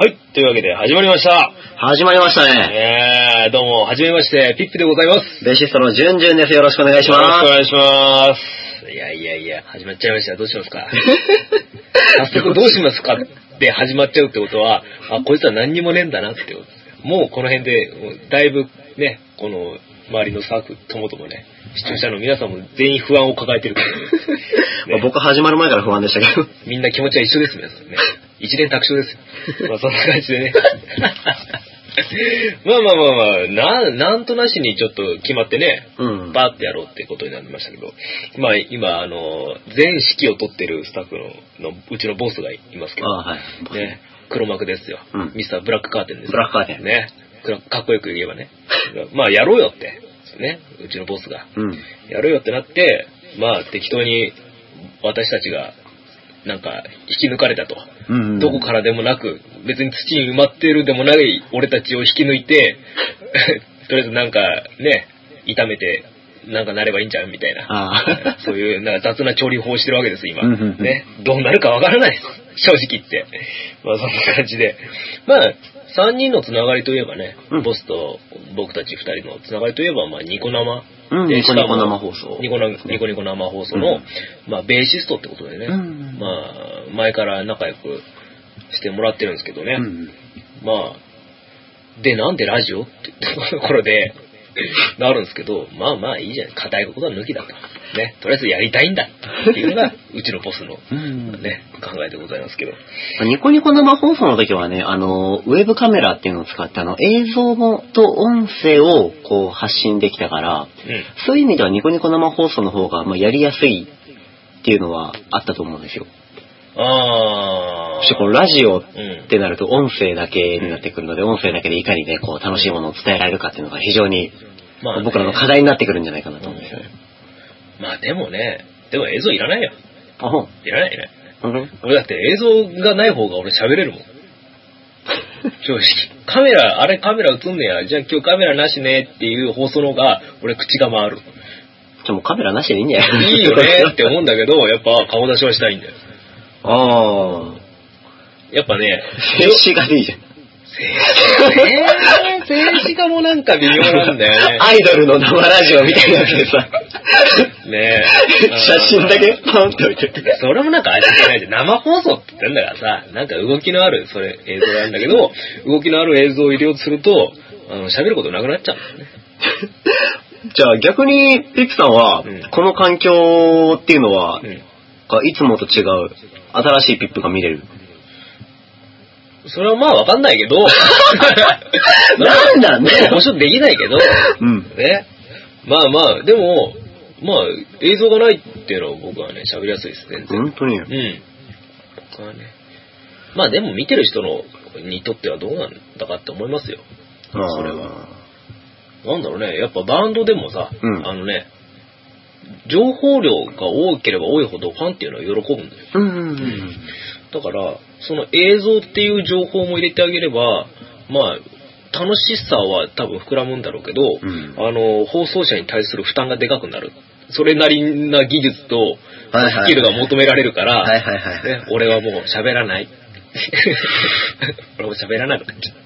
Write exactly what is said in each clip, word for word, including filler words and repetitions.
はい、というわけで始まりました。 始まりましたね。 えー、どうも、はじめまして、ピッピでございます。 ベーシストのジュンジュンです。よろしくお願いします。 よろしくお願いします。いやいやいや、始まっちゃいました。どうしますか早速どうしますかって始まっちゃうってことは、あ、こいつは何にもねえんだなってことです。もうこの辺で、だいぶね、この周りのスタッフともともね、視聴者の皆さんも全員不安を抱えてるから、ねまあ、僕始まる前から不安でしたけど。 みんな気持ちは一緒ですね。一連卓勝ですよ。まあそんな感じでね。まあまあまあまあ、な、なんとなしにちょっと決まってね、うん、バーってやろうってことになりましたけど、まあ今、あの、全指揮を取ってるスタッフの、のうちのボスがいますけど、 あ、はい、 ね、黒幕ですよ、うん。ミスターブラックカーテンです。 ブラックカーテン。 ね。かっこよく言えばね。まあやろうよって、ね、うちのボスが。うん、やろうよってなって、まあ適当に私たちが、なんか引き抜かれたと、うんうん、どこからでもなく別に土に埋まってるでもない俺たちを引き抜いてとりあえずなんかね炒めてなんかなればいいんじゃんみたいなそういうなんか雑な調理法をしてるわけです今、うんうんうん、ね、どうなるかわからないです正直言って。まあそんな感じで、まあさんにんのつながりといえばね、うん、ボスと僕たちふたりのつながりといえばまあニコ生うん、ニコニコ生放送。 ニコニコニコ生放送の、うん、まあ、ベーシストってことでね、うん、まあ、前から仲良くしてもらってるんですけどね、うん、まあ、で、なんでラジオってところで、なるんですけど、まあまあいいじゃん、硬いことは抜きだと。ね、とりあえずやりたいんだっていうのが、うちのボスの、ね、考えでございますけど。 ニコニコ生放送の時はね、あの、ウェブカメラっていうのを使って、あの、映像と音声をこう発信できたから、うん、そういう意味ではニコニコ生放送の方が、まあ、やりやすいっていうのはあったと思うんですよ。 ああ。 そしてこのラジオってなると音声だけになってくるので、うん、音声だけでいかにね、こう楽しいものを伝えられるかっていうのが非常に、まあね、僕らの課題になってくるんじゃないかなと思うんですよね。 まあでもね、でも映像いらないよ。 あほん。 いらないね。うん、俺だって映像がない方が俺喋れるもん。正直。カメラ、あれカメラ映んねや。じゃあ今日カメラなしねっていう放送の方が俺口が回る。 じゃあもうカメラなしでいいんじゃない？ いいよねって思うんだけど、やっぱ顔出しはしたいんだよ。 ああ。 やっぱね、 静止画でいいじゃん。 静止画ね。静止画もなんか微妙なんだよね。 アイドルの生ラジオみたいなやつでさ。 ねえ。写真だけポンって置いてて。 それもなんか味気ないじゃん。生放送って言ってんだからさ、なんか動きのある、それ映像なんだけど、動きのある映像を入れようとすると、あの、喋ることなくなっちゃうんだよね。 じゃあ逆に、ピップさんは、うん、この環境っていうのは、うん、いつもと違う、新しいピップが見れる。 それはまあわかんないけど。 なんだね。 もちろんできないけど。うん。ね。まあまあ、でも、まあ、映像がないっていうのは僕はね、喋りやすいです、全然。 本当に。うん。 僕はね。まあでも見てる人のにとってはどうなんだかって思いますよ。それは。なんだろうね、やっぱバンドでもさ、うん、あのね、情報量が多ければ多いほどファンっていうのは喜ぶんだよ。うんうんうんうん、だから、その映像っていう情報も入れてあげれば、まあ、楽しさは多分膨らむんだろうけど、うん、あの、放送者に対する負担がでかくなる。それなりな技術とスキルが求められるから、俺はもう喋らない。俺も喋らなくなっちゃった。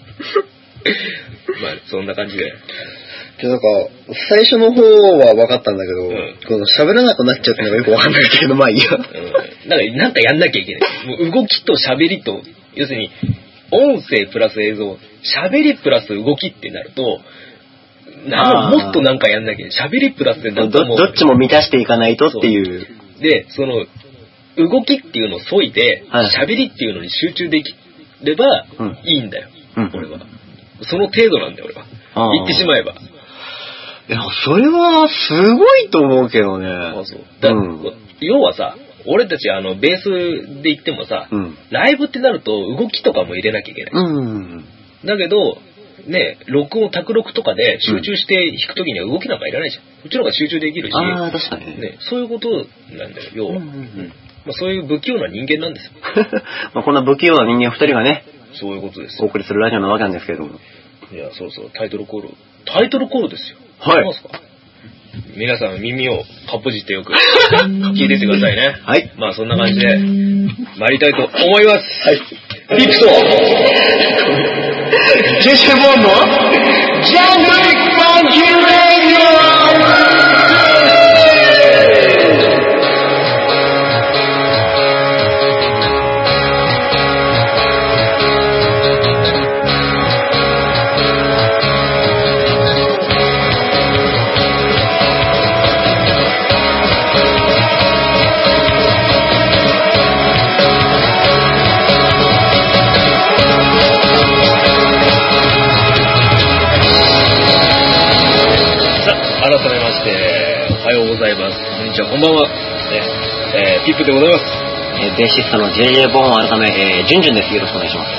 まあ、そんな感じで。 でなんか、最初の方は分かったんだけど、うん、この喋らなくなっちゃったのがよく分かんないけど、まあいいや。うん。だからなんかやんなきゃいけない。もう動きと喋りと、要するに、音声プラス映像、喋りプラス動きってなると、なんもっとなんかやんなきゃいけない。喋りプラスでなんかもどっちも満たしていかないとっていう。 で、その、動きっていうのを削いで、喋、はい、りっていうのに集中できればいいんだよ。うん、俺は。その程度なんだよ、俺は。言ってしまえば。 いや、それはすごいと思うけどね。あ、そう。 だ、うん、要はさ、俺たちあのベースで言ってもさ、うん、ライブってなると動きとかも入れなきゃいけない。うん、だけど、ね、録音、卓録とかで集中して弾くときには動きなんかいらないじゃん。うちの方が集中できるし、 あ、確かにね、 ね、そういうことなんだよ、要は。うんうんうんまあ、そういう不器用な人間なんですよ。 まあこんな不器用な人間二人がね、 そういうことです。 お送りするラジオなわけなんですけれども。 いや、そうそう、タイトルコール。タイトルコールですよ。 はい。 皆さん耳をかっぽじってよく聞いててくださいね。 はい。 まあそんな感じで参りたいと思います。 はい。 リクトジェジェボンのジャングリックファンキーレディ改めましておはようございます。こんにちは、こんばんは、ねえー、ピップでございます。 えー、ベーシストの ジェイジェイ ボーン改め、えー、ジュンジュンです。よろしくお願いします。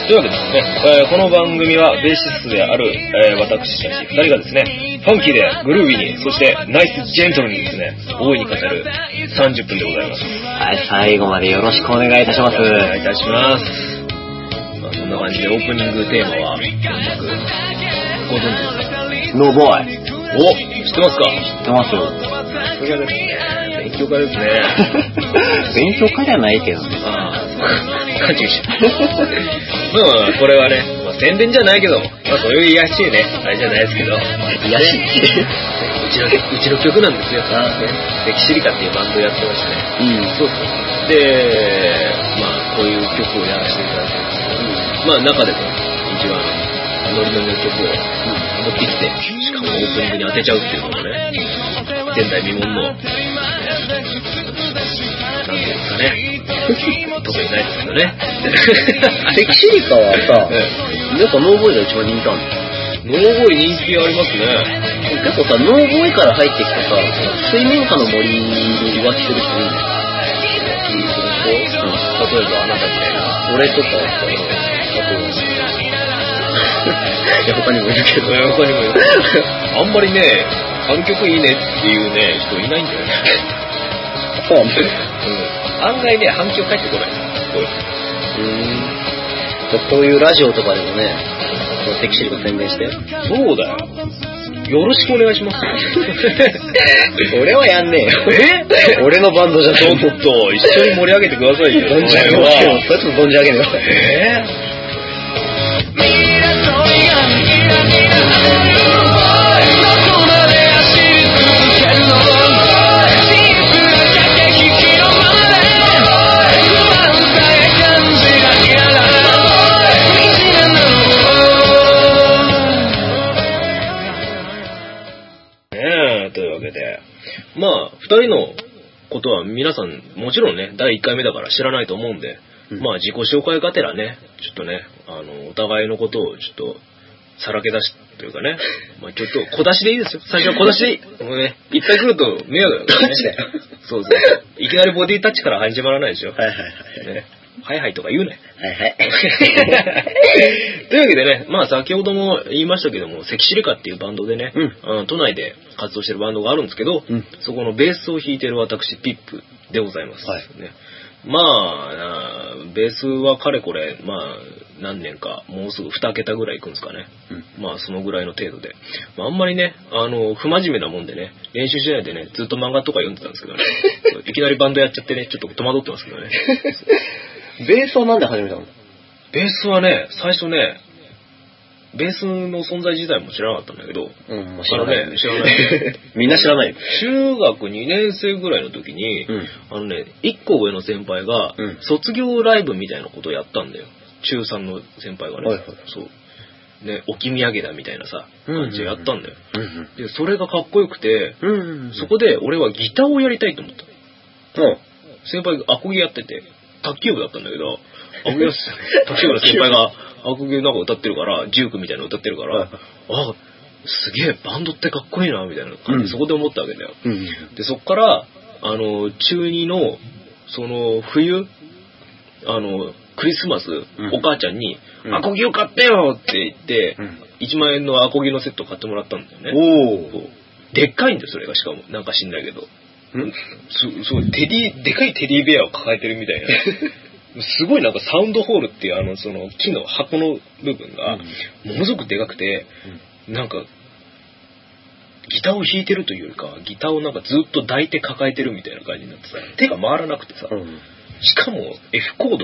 というわけでですね、えー、この番組はベーシストである、えー、私たちふたりがですね、ファンキーでグルービーに、そしてナイスジェントルにですね、大いに語るさんじゅっぷんでございます。 はい、最後までよろしくお願いいたします。 お願いいたします。まあ、そんな感じでオープニングテーマはご存知ですか？ ノーボーイ。 お、知ってますか？ 知ってますよ。 さすがですね。勉強家ですね。 勉強家じゃないけどね。 ああ、勘違いしちゃった。まあ、これはね、まあ、宣伝じゃないけども、まあ、そういう癒しいね、あれじゃないですけど、 癒しい。 うちの、うちの曲なんですよ。ね、歴史リカっていうバンドやってましてね。 うん。 そうそう。で、まあ、こういう曲をやらせていただいてますけど、うん、まあ、中でも一番ノリノリの曲を持ってきて、しかもオープニングに当てちゃうっていうのがね、前代未聞の、なんていうんですかね、特にないですけどね。 セキシリカはさ、やっぱノーボーイが一番人気あるの？ノーボーイ人気ありますね。 結構さ、ノーボーイから入ってきてさ、水面下の森に浮気する人いるんだよ。 例えばあなたみたいな。 俺とかさ、あと、いや他にもいるけど他にもいるあんまりね、あの曲いいねっていうね、人いないんだよね。 そうなんだよ。 うん。案外ね、反響返ってこない。これ。 うーん。こういうラジオとかでもね、セキシリカ宣伝して。 そうだよ。よろしくお願いします。 俺はやんねえよ。 え俺のバンドじゃちょっと一緒に盛り上げてくださいよ。 存じ上げますよ。それちょっと存じ上げねえよ。 えーまあ、二人のことは皆さん、もちろんね、だいいっかいめだから知らないと思うんで、うん、まあ自己紹介がてらね、ちょっとね、あの、お互いのことをちょっと、さらけ出しというかね、まあちょっと小出しでいいですよ。最初は小出しでいい。もうね、いっぱい来ると迷惑だからね。そうそう。いきなりボディタッチから始まらないでしょ。 はいはいはい。 ね、はいはいとか言うね。 はいはい。 というわけでね、まあ先ほども言いましたけども、セキシリカっていうバンドでね、うん、都内で活動してるバンドがあるんですけど、うん、そこのベースを弾いてる私、ピップでございます。はい、ね、まあ、ベースはかれこれ、まあ、何年か、もうすぐに桁ぐらいいくんですかね。うん、まあ、そのぐらいの程度で。まあ、あんまりね、あの、不真面目なもんでね、練習しないでね、ずっと漫画とか読んでたんですけどね、いきなりバンドやっちゃってね、ちょっと戸惑ってますけどね。 ベースはなんで始めたの？ ベースはね、最初ね、ベースの存在自体も知らなかったんだけど、 うん、知らない、 ね。知らない。 みんな知らない。 中学にねん生ぐらいの時に、うん、あのね、いっこ上の先輩が、うん、卒業ライブみたいなことをやったんだよ。中さんの先輩がね。はいはい、そう。ね、置き土産だみたいなさ、感じでやったんだよ。うんうん、で、それがかっこよくて、うんうんうん、そこで俺はギターをやりたいと思った。うん、先輩がアコギやってて、卓球部だったんだけど、アコギ卓球部の先輩がアコギなんか歌ってるから、ジュークみたいなの歌ってるから、あ、すげえ、バンドってかっこいいな、みたいな感じで、そこで思ったわけだよ。うん、で、そっから、あの、中にの、その、冬、あの、クリスマス、うん、お母ちゃんに、うん、アコギを買ってよって言って、うん、いちまん円のアコギのセット買ってもらったんだよね。おでっかいんだよ、それが、しかも。なんか知んないけど。んす、すごい、テディ、でかいテディベアを抱えてるみたいな。すごいなんかサウンドホールっていうあの、その木の箱の部分が、ものすごくでかくて、うん、なんか、ギターを弾いてるというよりか、ギターをなんかずっと抱いて抱えてるみたいな感じになってさ、手が回らなくてさ、うん、しかも F コードが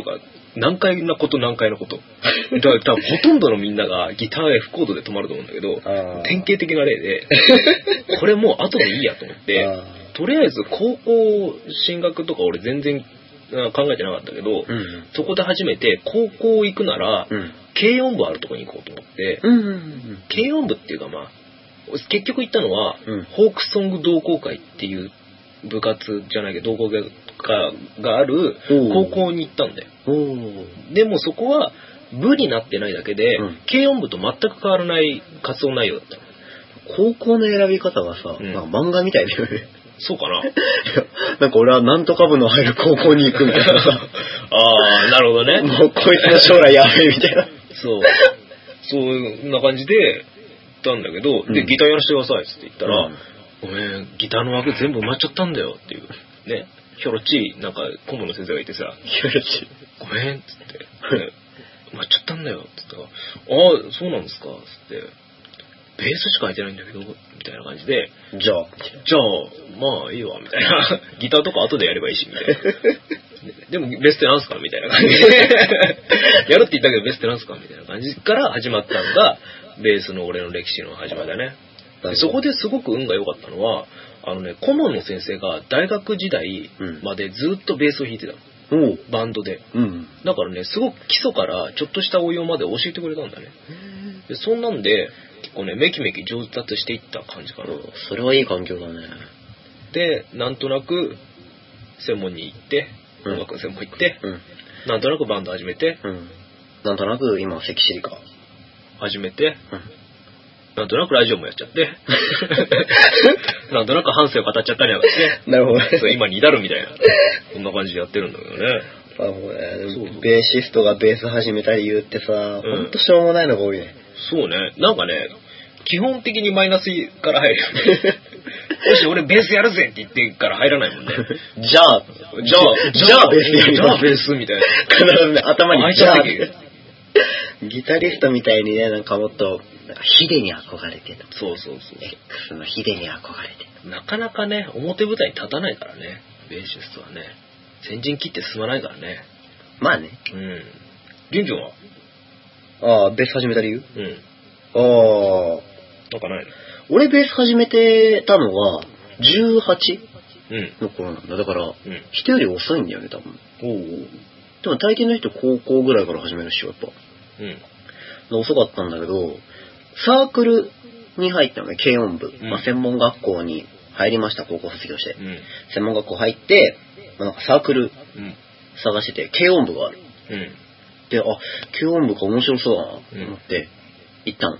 難解なこと難解なこと。だから多分ほとんどのみんながギター F コードで止まると思うんだけど、典型的な例で、これもう後でいいやと思って、とりあえず高校進学とか俺全然考えてなかったけど、うん、そこで初めて高校行くなら、うん、軽音部あるとこに行こうと思って、うんうんうん、軽音部っていうかまあ、結局行ったのは、うん、フォークソング同好会っていう部活じゃないけど同好会がある高校に行ったんだよ。でもそこは部になってないだけで、うん、軽音部と全く変わらない活動内容だった。 高校の選び方がさ、うん、なんか漫画みたいだよね。 そうかな。 なんか俺はなんとか部の入る高校に行くみたいなさ。 ああ、なるほどね。 もうこいつの将来やべえみたいな。 そう。そんな感じで行ったんだけど、うん、で、ギターやらせてくださいって言ったら、うん、ごめん、ギターの枠全部埋まっちゃったんだよっていう。ね。ひょろっちい、なんか、顧問の先生がいてさ、 ひょろっちい。 ごめんっつって、ね、埋まっちゃったんだよって言ったら、ああ、そうなんですかつって、ベースしか空いてないんだけど、みたいな感じで、 じゃあ、 じゃあ、まあいいわ、みたいな。ギターとか後でやればいいし、みたいな。でも、ベースってなんすかみたいな感じで。やるって言ったけど、ベースってなんすかみたいな感じから始まったのが、ベースの俺の歴史の始まりだね。そこですごく運が良かったのは、あのね、顧問の先生が大学時代までずっとベースを弾いてたの。うん、バンドで、うん。だからね、すごく基礎からちょっとした応用まで教えてくれたんだね。でそんなんで、結構ね、めきめき上達していった感じかな。 それはいい環境だね。 で、なんとなく専門に行って、音楽の専門行って、うん、なんとなくバンド始めて、うん、 なんとなく今セキシリカ始めて、うん、なんとなくラジオもやっちゃって、なんとなく反省を語っちゃったりなんかして、 なるほどね。 そう今に至るみたいな、こんな感じでやってるんだけどね。 なるほどね。そうそう、ベーシストがベース始めた理由ってさ、うん、ほんとしょうもないのが多いね。 そうね。なんかね、基本的にマイナスから入るよね。もし俺ベースやるぜって言ってから入らないもんね。 じゃあ、 じゃあ、じゃあベースやる。じゃあベースみたいな。 必ずね、頭にじゃあ。ギタリストみたいにね、なんかもっと、ヒデに憧れてと。 そうそうそう。 X のヒデに憧れて。 なかなかね、表舞台に立たないからね、ベーシストはね。先陣切って進まないからね。 まあね。 うん。ギュンギュンはああ、ベース始めた理由？ うん。 ああ。 なんかないの？ 俺ベース始めてたのは、じゅうはちの頃なんだ。だから、うん、人より遅いんだよね、多分。おう。でも大抵の人高校ぐらいから始めるっしょ、やっぱ。うん。遅かったんだけど、サークルに入ったのね、軽音部。うん、まあ、専門学校に入りました、高校卒業して。うん、専門学校入って、まあ、なんかサークル探してて、軽音部がある。うん、で、あ、軽音部か面白そうだな、と思って、行ったの。うん、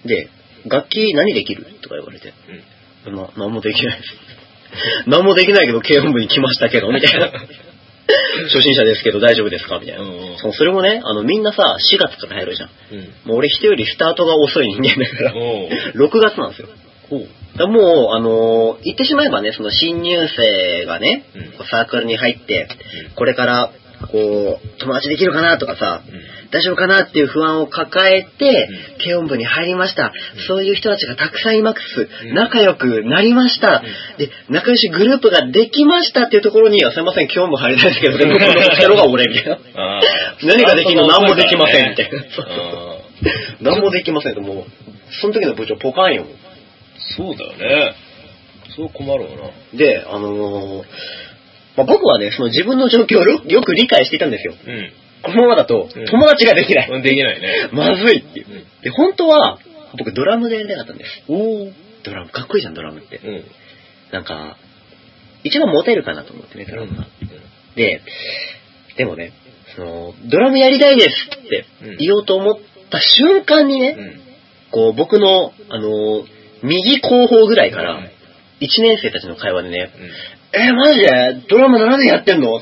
で、楽器何できるとか言われて、うん、な、何もできないです。何もできないけど軽音部に来ましたけど、みたいな。初心者ですけど大丈夫ですかみたいな、うんうん、そ, それもね、あのみんなさしがつから入るじゃん、うん、もう俺人よりスタートが遅い人間だからろくがつなんですよ。だもうあのー、言ってしまえばね、その新入生がね、うん、サークルに入って、うん、これからこう友達できるかなとかさ、うん、大丈夫かなっていう不安を抱えて、うん、軽音部に入りました、うん、そういう人たちがたくさんいます、うん、仲良くなりました、うん、で仲良しグループができましたっていうところに、すいません軽音部入りたいですけど、でもこのが俺みたいな何ができるの？何もできませんみたいな何もできませんと、もうその時の部長ポカンよ。 そうだよね。そう困るわな。 で、あのーまあ、僕はね、その自分の状況をよく理解していたんですよ。うん、このままだと、友達ができない。 うん、できないね。 まずいっていう、うん。で、本当は、僕ドラムでやりたかったんです。おドラム、かっこいいじゃん、ドラムって。うん、なんか、一番モテるかなと思ってね、ドラムが。うん、で、でもね、その、ドラムやりたいですって言おうと思った瞬間にね、うん、こう、僕の、あのー、右後方ぐらいから、いちねん生たちの会話でね、うんえー、マジでドラムななねんやってんの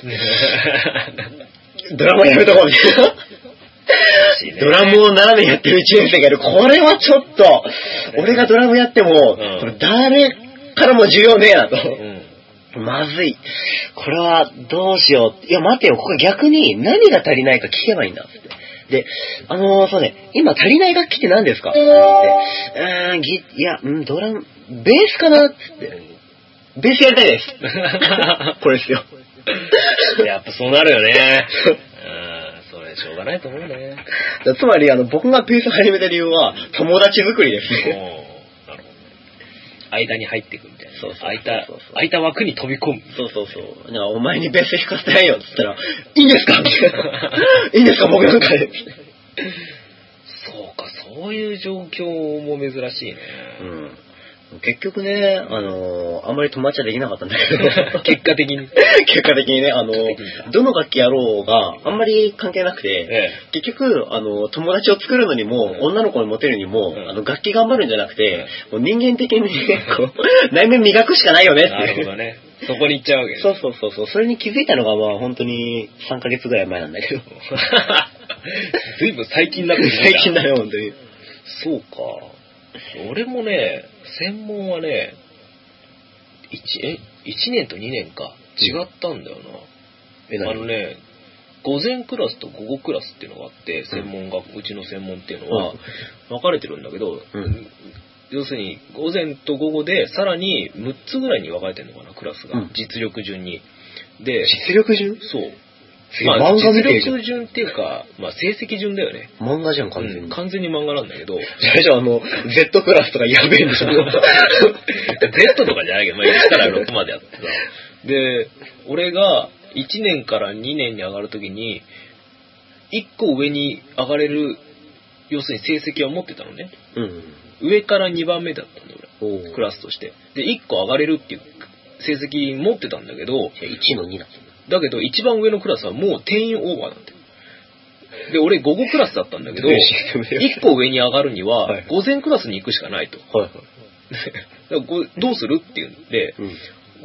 ドラムやめとこうみたいな。ドラムをななねんやってるいちねん生がいる。これはちょっと、俺がドラムやっても、うん、誰からも重要ねえなと、うん。まずい。これはどうしよう。いや待てよ、ここ逆に何が足りないか聞けばいいんだって。で、あのー、そうね、今足りない楽器って何ですかって。うーん、ギ、いや、んドラム、ベースかなって。ベースやりたいです。これですよ。 やっぱそうなるよね。 しょうがないと思うね。 つまり、あの、僕がベース始めた理由は、友達作りですね。 なるほど。間に入っていくみたいな。 そうそうそうそう。 空いた、空いた枠に飛び込む。 そうそうそう。なんかお前にベース弾かせないよって言ったら、いいんですかみたいな。いいんですか僕なんかで。 そうか、そういう状況も珍しいね。 うん。結局ね、あのー、あんまり友達はできなかったんだけど。 結果的に。 結果的にね、あのー、どの楽器やろうがあんまり関係なくて、ええ、結局、あのー、友達を作るのにも、うん、女の子にモテるにも、うん、あの、楽器頑張るんじゃなくて、うん、もう人間的にね、こう、内面磨くしかないよねって。 なるほどね。そこに行っちゃうわけね。 そうそうそうそう。それに気づいたのが、まあ、本当にさんかげつぐらい前なんだけど。 ずいぶん最近だった。 最近だよ、本当に。 そうか。俺もね、専門はね、いち、え、いちねんとにねんか。違ったんだよな。うん、あのね、午前クラスと午後クラスっていうのがあって、専門が、うちの専門っていうのは、分かれてるんだけど、うん、要するに、午前と午後で、さらにむっつぐらいに分かれてるのかな、クラスが。うん、実力順に。で、 実力順？ そう。まあ、実力順っていうか、まあ、成績順だよね。 漫画じゃん、完全に。うん、 完全に漫画なんだけど。 最初あの、Z クラスとかやべえんでしょ。 Z とかじゃないけど、まあ、いちからろくまでやってさ。で、俺がいちねんからにねんに上がるときに、いっこ上に上がれる、要するに成績は持ってたのね。うん、上からにばんめだったんだ、俺。クラスとして。で、いっこ上がれるっていう成績持ってたんだけど、 いちのにだったんだ。 だけど、一番上のクラスはもう定員オーバーなんだよ。で、俺午後クラスだったんだけど、一個上に上がるには、午前クラスに行くしかないと。はいはい、どうするって言うんで、うん、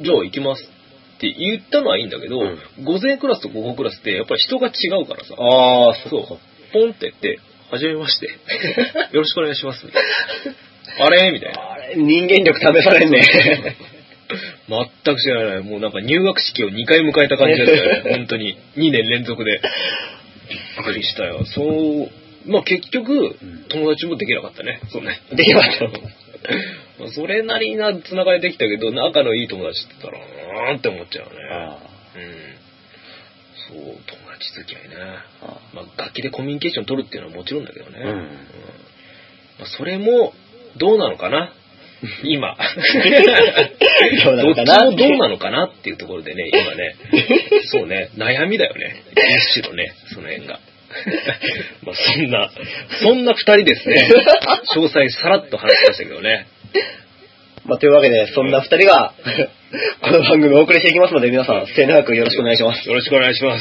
じゃあ行きますって言ったのはいいんだけど、うん、午前クラスと午後クラスってやっぱり人が違うからさ。 ああ、そうか。 ポンって言って、はじめまして。よろしくお願いします。みたいな。あれみたいな。 あれ、人間力試されんね。 全く知らない。もうなんか入学式をにかい迎えた感じだったよね。本当に。にねん連続で。びっくりしたよ。そう、まあ結局、友達もできなかったね。そうね。 できなかった。 まあそれなりなつながりできたけど、仲のいい友達って言ったら、なーって思っちゃうね。あうん。そう、友達付き合いね。あまあ楽器でコミュニケーション取るっていうのはもちろんだけどね。うんうんまあ、それも、どうなのかな今どっちもどうなのかなっていうところでね、今ね、そうね、悩みだよね。一種のね、その辺が。まあそんな、そんな二人ですね。詳細さらっと話しましたけどね。 まあというわけで、そんな二人が、この番組をお送りしていきますので、皆さん、末永くよろしくお願いします。 よろしくお願いします。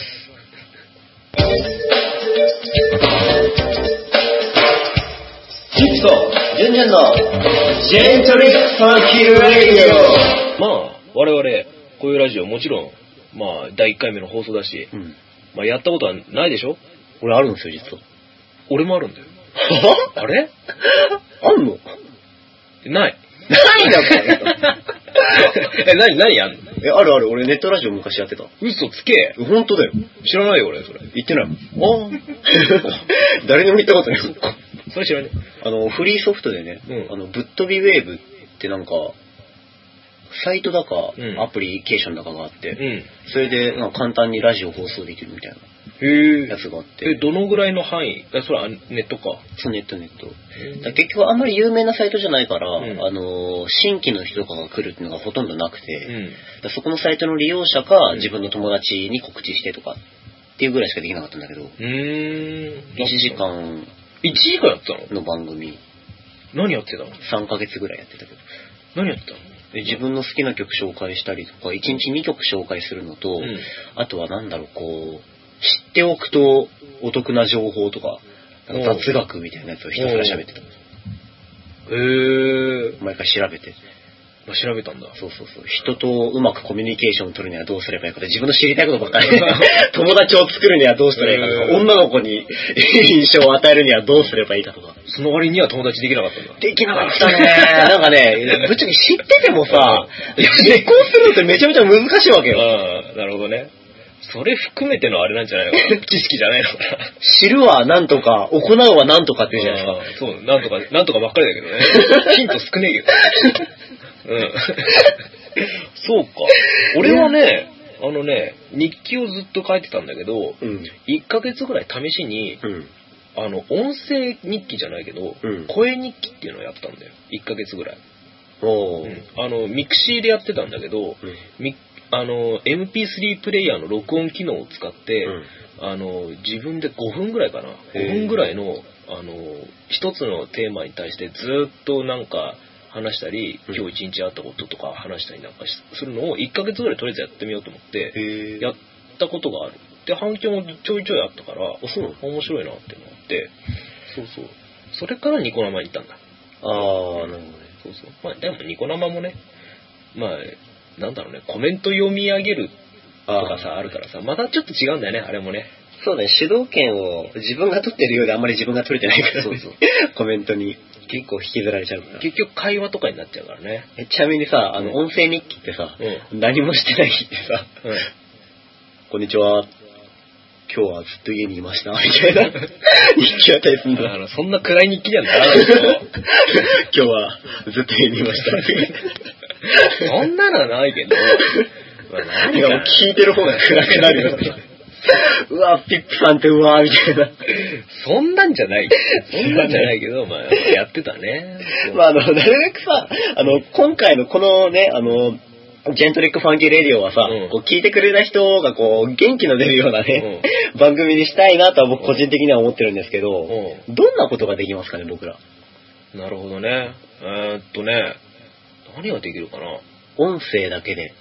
キッと、ジュンジュンの、ジェントリックファンキーラジオ。 まあ、我々、こういうラジオもちろん、まあ、だいいっかいめの放送だし、うん、まあ、やったことはないでしょ？ 俺あるんですよ、実は。 俺もあるんだよ。あれあんの？ ない。 ないんだから。 え、何、何やんの？ え、あるある。俺ネットラジオ昔やってた。 嘘つけ。 本当だよ。 知らないよ、俺、それ。 言ってないもん。ああ。誰にも言ったことない。 それ知らない。 あの、フリーソフトでね、うん、あの、ぶっ飛びウェーブってなんか、サイトだか、うん、アプリケーションだかがあって、うん、それでなんか簡単にラジオ放送できるみたいなやつがあって。 え、どのぐらいの範囲？それはネットか。 そう、ネットネット。だ結局あんまり有名なサイトじゃないから、うん、あの、新規の人とかが来るっていうのがほとんどなくて、うん、だそこのサイトの利用者か、自分の友達に告知してとかっていうぐらいしかできなかったんだけど、うーんいちじかん。 いちじかんやってたの？の番組。 何やってたの？ さんかげつぐらいやってたけど。 何やってたの？ で自分の好きな曲紹介したりとか、いちにちにきょく紹介するのと、うん、あとはなんだろう、こう、知っておくとお得な情報とか、なんか雑学みたいなやつをひたすら喋ってた。へー。 毎回調べて。 まあ、調べたんだ。 そうそうそう。人とうまくコミュニケーションを取るにはどうすればいいか、自分の知りたいことばっかり友達を作るにはどうしたらいいかとか、女の子に印象を与えるにはどうすればいいかとか。 その割には友達できなかったんだ。 できなかったね。なんかね、ぶっちゃけ知っててもさ、実行するのってめちゃめちゃ難しいわけよ。 ああ、なるほどね。それ含めてのあれなんじゃないのかな。知識じゃないのかな。 知るはなんとか、行うはなんとかって言うじゃないですか。そう、なんとか、なんとかばっかりだけどね。ヒント少ねえけど。うん。そうか。俺はね、 あのね、日記をずっと書いてたんだけど、うん、いっかげつぐらい試しに、うん、あの、音声日記じゃないけど、うん、声日記っていうのをやったんだよ。いっかげつぐらい。おうん、あの、ミクシーでやってたんだけど、うんミあの エムピースリー プレイヤーの録音機能を使って、うん、あの自分でごふんぐらいかなごふんぐらいのあの一つのテーマに対してずっとなんか話したり、うん、今日一日あったこととか話したりなんかするのをいっかげつぐらいとりあえずやってみようと思ってやったことがある。で反響もちょいちょいあったから面白いなって思ってそうそうそれからニコ生に行ったんだ。 ああなるほどね。 そうそうまあでもニコ生もねまあなんだろうね、コメント読み上げるとかさ、あるからさ、またちょっと違うんだよね、あれもね。 そうね、主導権を自分が取ってるようであんまり自分が取れてないから、そうそうコメントに結構引きずられちゃうから。 結局会話とかになっちゃうからね。 えちなみにさ、あの、音声日記ってさ、うん、何もしてない日ってさ、うん、こんにちは、今日はずっと家にいました、みたいな日記あったりするんだ。 だからそんな暗い日記じゃならないけど、今日はずっと家にいました。 そんなのはないけど、 まあ、何がもう聞いてる方が暗くなるよ。うわ、ピップさんってうわーみたいな。 そんなんじゃない。そんなんじゃないけど、まあ、やってたね。 まあ、あの、なるべくさ、あの、今回のこのね、あの、ジェントリックファンキーレディオはさ、うん、こう聞いてくれた人がこう元気の出るようなね、うん、番組にしたいなとは僕個人的には思ってるんですけど、うん、どんなことができますかね、僕ら。 なるほどね。えー、っとね、何ができるかな。 音声だけで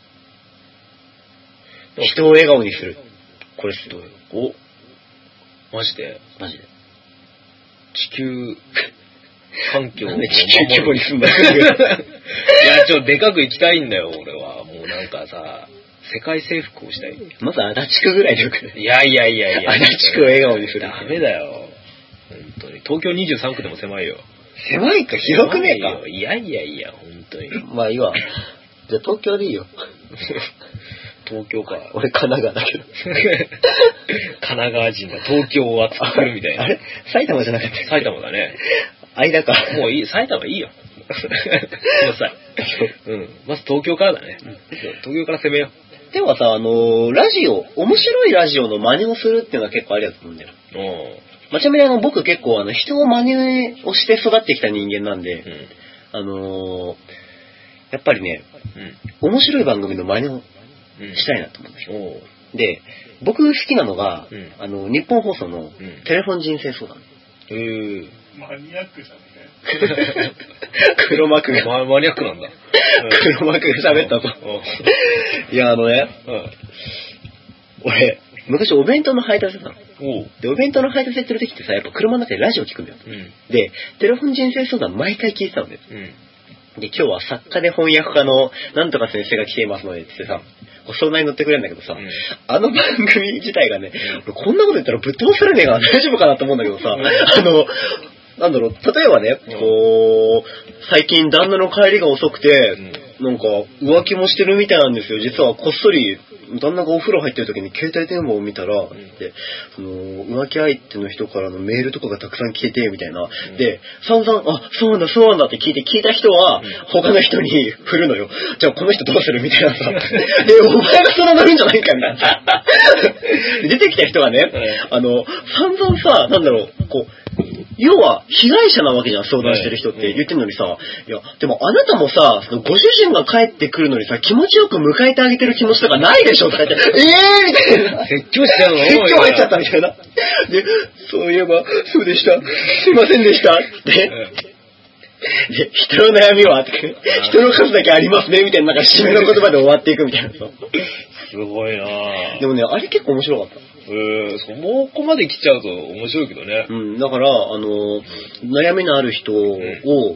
人を笑顔にする。これすごい。 おマジでマジで地球環境を守る。地球規模に住んだ。 いや、ちょっとでかく行きたいんだよ、俺は。もうなんかさ、世界征服をしたい。 まず足立区ぐらいでよくない？ いやいやいやいや。 足立区を笑顔にする。 ダメだよ。本当に。東京にじゅうさんくでも狭いよ。 狭いか広くねえか。 いやいやいや、本当に。 まあいいわ。じゃあ東京でいいよ。 東京か。 俺神奈川だけど。 神奈川人が東京を熱くするみたいな。 あれ埼玉じゃなかった？ 埼玉だね。 間か。 もういい、埼玉いいよ。ごめんなさい。うん。まず東京からだね。うん、東京から攻めよう。ではさ、あのー、ラジオ、面白いラジオの真似をするっていうのは結構ありだと思うんだよ。まあ、ちなみにあの僕結構あの人を真似をして育ってきた人間なんで、うん、あのー、やっぱりね、うん、面白い番組の真似をしたいなと思うんですよ。うん、で、僕好きなのが、うん、あの日本放送のテレフォン人生相談。 へー。 マニアックじゃんね。 黒幕が。 マ, マニアックなんだ。 黒幕が喋ったぞ。いや、あのね、うん、俺、昔お弁当の配達だったの。で、お弁当の配達やってる時ってさ、やっぱ車の中でラジオ聞くんだよ。うん、で、テレフォン人生相談毎回聞いてたんだよ。うん、で、今日は作家で翻訳家のなんとか先生が来ていますのでってさ、相談に乗ってくれるんだけどさ、うん、あの番組自体がね、うん、こんなこと言ったらぶっ飛ばされねえから大丈夫かなと思うんだけどさ、うん、あの、なんだろう、例えばね、こう、最近旦那の帰りが遅くて、うん、なんか浮気もしてるみたいなんですよ。実はこっそり旦那がお風呂入ってる時に携帯電話を見たら、うん、でその浮気相手の人からのメールとかがたくさん来ててみたいな、うん、で散々あそうなんだそうなんだって聞いて聞いた人は、うん、他の人に振るのよ。じゃあこの人どうするみたいなさでお前がそれ乗るんじゃないかみたいな出てきた人がね、うん、あの散々さなんだろうこう要は被害者なわけじゃん相談してる人って言ってるのにさ、いやでもあなたもさそのご主人が帰ってくるのにさ気持ちよく迎えてあげてる気持ちとかないでしょとか言ってえーみたいな説教しちゃうの説教入っちゃったみたいなでそういえばそうでしたすいませんでしたってで人の悩みはって人の数だけありますねみたいななんか締めの言葉で終わっていくみたいなさすごいなでもねあれ結構面白かった。 えー、そもうここまで来ちゃうと面白いけどね。 うん、だから、あの、うん、悩みのある人を、うん、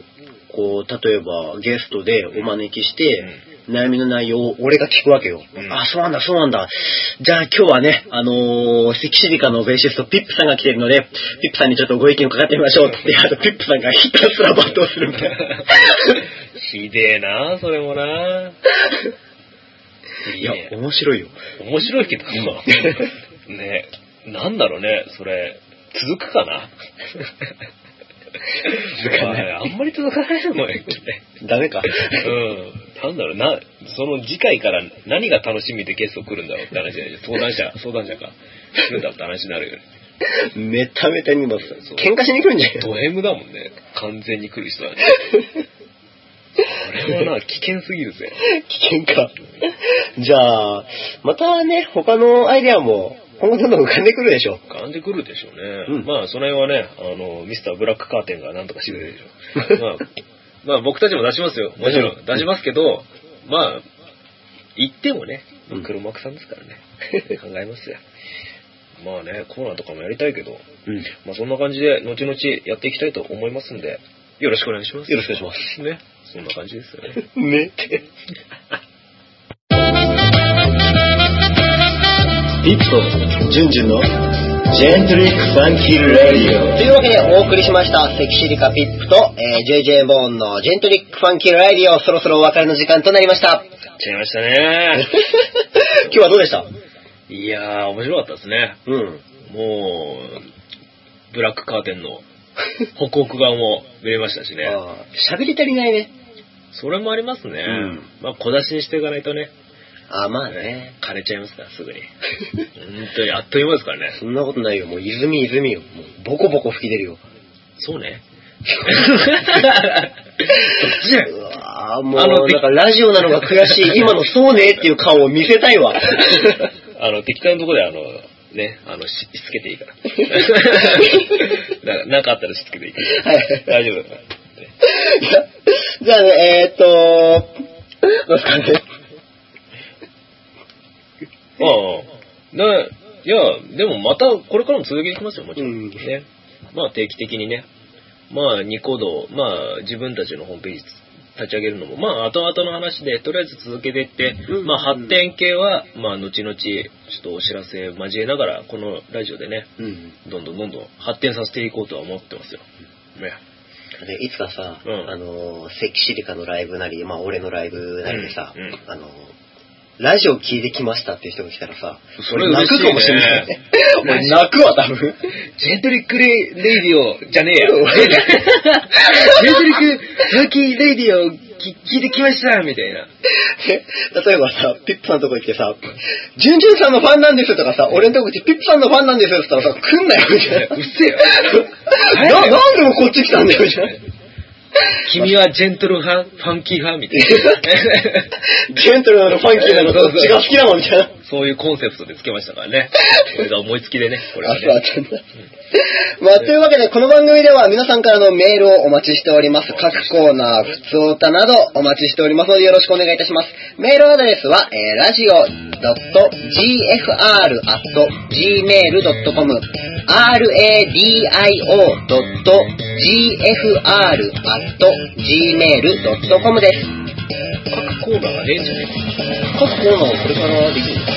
こう、例えばゲストでお招きして、うん、悩みの内容を俺が聞くわけよ。うん、あ、そうなんだ、そうなんだ。じゃあ今日はね、あのー、セキシリカのベーシストピップさんが来てるので、ピップさんにちょっとご意見伺ってみましょうって、あとピップさんがひたすら罵倒するみたいな。 ひでえなそれもな。 いや、面白いよ。 面白いけどさ。ねえ、なんだろうね、それ、続くかな続かない。あんまり続かないのもんね。 ダメか。 うん。 なんだろうな、その次回から何が楽しみでゲスト来るんだろうって話じゃない。相談者、相談者か。来るんだって話になるよね。 めためたにも喧嘩しに来るんじゃない？ ド M だもんね。完全に来る人はね。これはな、危険すぎるぜ。 危険か。じゃあ、またね、他のアイデアも今後どんどん浮かんでくるでしょ。 浮かんでくるでしょうね。うん、まあ、その辺はね、あの、ミスターブラックカーテンが何とかしてくれるでしょう。まあ、まあ、僕たちも出しますよ。もちろん出しますけど、まあ、言ってもね、黒幕さんですからね。考えますよ。まあね、コーナーとかもやりたいけど、うん、まあそんな感じで後々やっていきたいと思いますんで、よろしくお願いします。 よろしくお願いします。 ね、そんな感じですよね。 ねって。 ピッポ、ジュンジュンのジェントリックファンキーラディオ。 というわけでお送りしましたセクシリカピップと、えー、ジェイジェイ ボーンのジェントリックファンキーラディオ、そろそろお別れの時間となりました。 ちゃいましたね。 今日はどうでした？ いやー、面白かったですね。 うん。 もう、ブラックカーテンのホクホク顔も見れましたしね。 喋り足りないね。 それもありますね。うん、まあ小出しにしていかないとね。 あ、まあね。 枯れちゃいますから、すぐに。本当にあっという間ですからね。 そんなことないよ。もう泉泉よ。もうボコボコ吹き出るよ。 そうね。 うわぁ、もう、なんかラジオなのが悔しい。今のそうねっていう顔を見せたいわ。 あの、適当なところで、あの、ね、あの、しつけていいから。なんか、なんかあったらしつけていいから。はい。大丈夫だから。 じゃあね、えーっと、どうですかね。 ああ。な、いや、でもまた、これからも続けていきますよ、もちろん。うん、ね。まあ定期的にね、まあニコ動、まあ自分たちのホームページ立ち上げるのも、まあ後々の話で、とりあえず続けていって、うん、まあ発展系は、まあ後々、ちょっとお知らせ交えながら、このラジオでね、うん、どんどんどんどん発展させていこうとは思ってますよ。ね。 でいつかさ、うん、あの、セキシリカのライブなり、まあ俺のライブなりでさ、うんうん、あの、ラジオ聞いてきましたっていう人が来たらさ、 それ泣くかもしれないね。 俺泣くわ、多分。 ジェントリックレイディオじゃねえよ。ジェントリックファンキーレイディオ聞いてきましたみたいな。 例えばさ、ピップさんのとこ行ってさ、ジュンジュンさんのファンなんですとかさ、俺のとこ行ってピップさんのファンなんですよって言ったらさ、来んなよみたいな。 うっせえよ。 な、なんでもこっち来たんだよ、じゃん。 君はジェントル派ファンキー派みたいな。ジェントルなのファンキーなのどっちが好きなのみたいな。 そういうコンセプトでつけましたからね。これが思いつきでね。これはね。 あ、そうだったんだ。まあ、というわけで、この番組では皆さんからのメールをお待ちしております。各コーナー、ふつおたなどお待ちしておりますのでよろしくお願いいたします。メールアドレスは、えー、ラジオ ドット ジーエフアール アット ジーメール ドットコム アールエーディーアイオー ドット ジーエフアール アット ジーメール ドットコム です。 各コーナーがねえんじゃねえか。各コーナーはこれからできるのか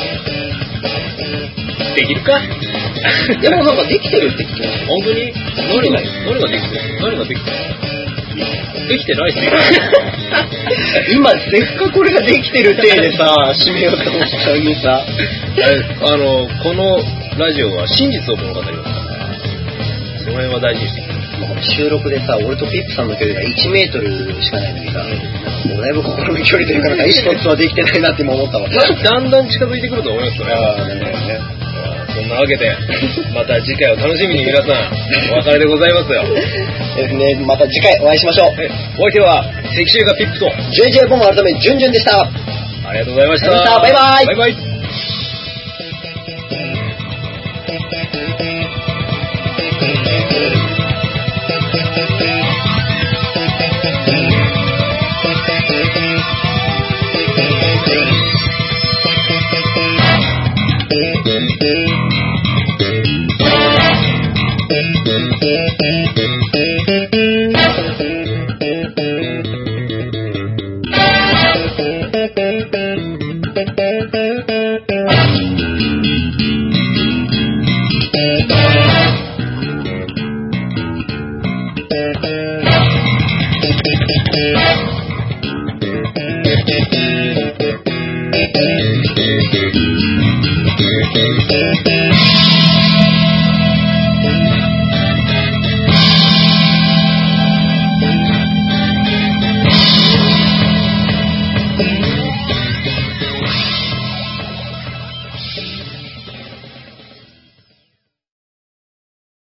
できるかでもなんかできてるって聞きます。 本当に何が、何ができてる何ができてるできてないっすよ。 今、せっかくこれができてる体でさ、締めようと思ったのにさ。 あの、このラジオは真実を物語りますから、その辺は大事にしていきます。 収録でさ、俺とピップさんの距離がいちメートルしかないのにさ、もうだいぶ心の距離というか、なんか意思疎通はできてないなって今思ったわ。 だんだん近づいてくると思いますよね。あねねそんなわけで、また次回を楽しみに皆さん、お別れでございますよ。 ですね、また次回お会いしましょう。 お相手は、セキシューがピップと、 ジェイジェイ ボン改め、ジュンジュンでした。 ありがとうございました。 バイバイ。 バイバイ。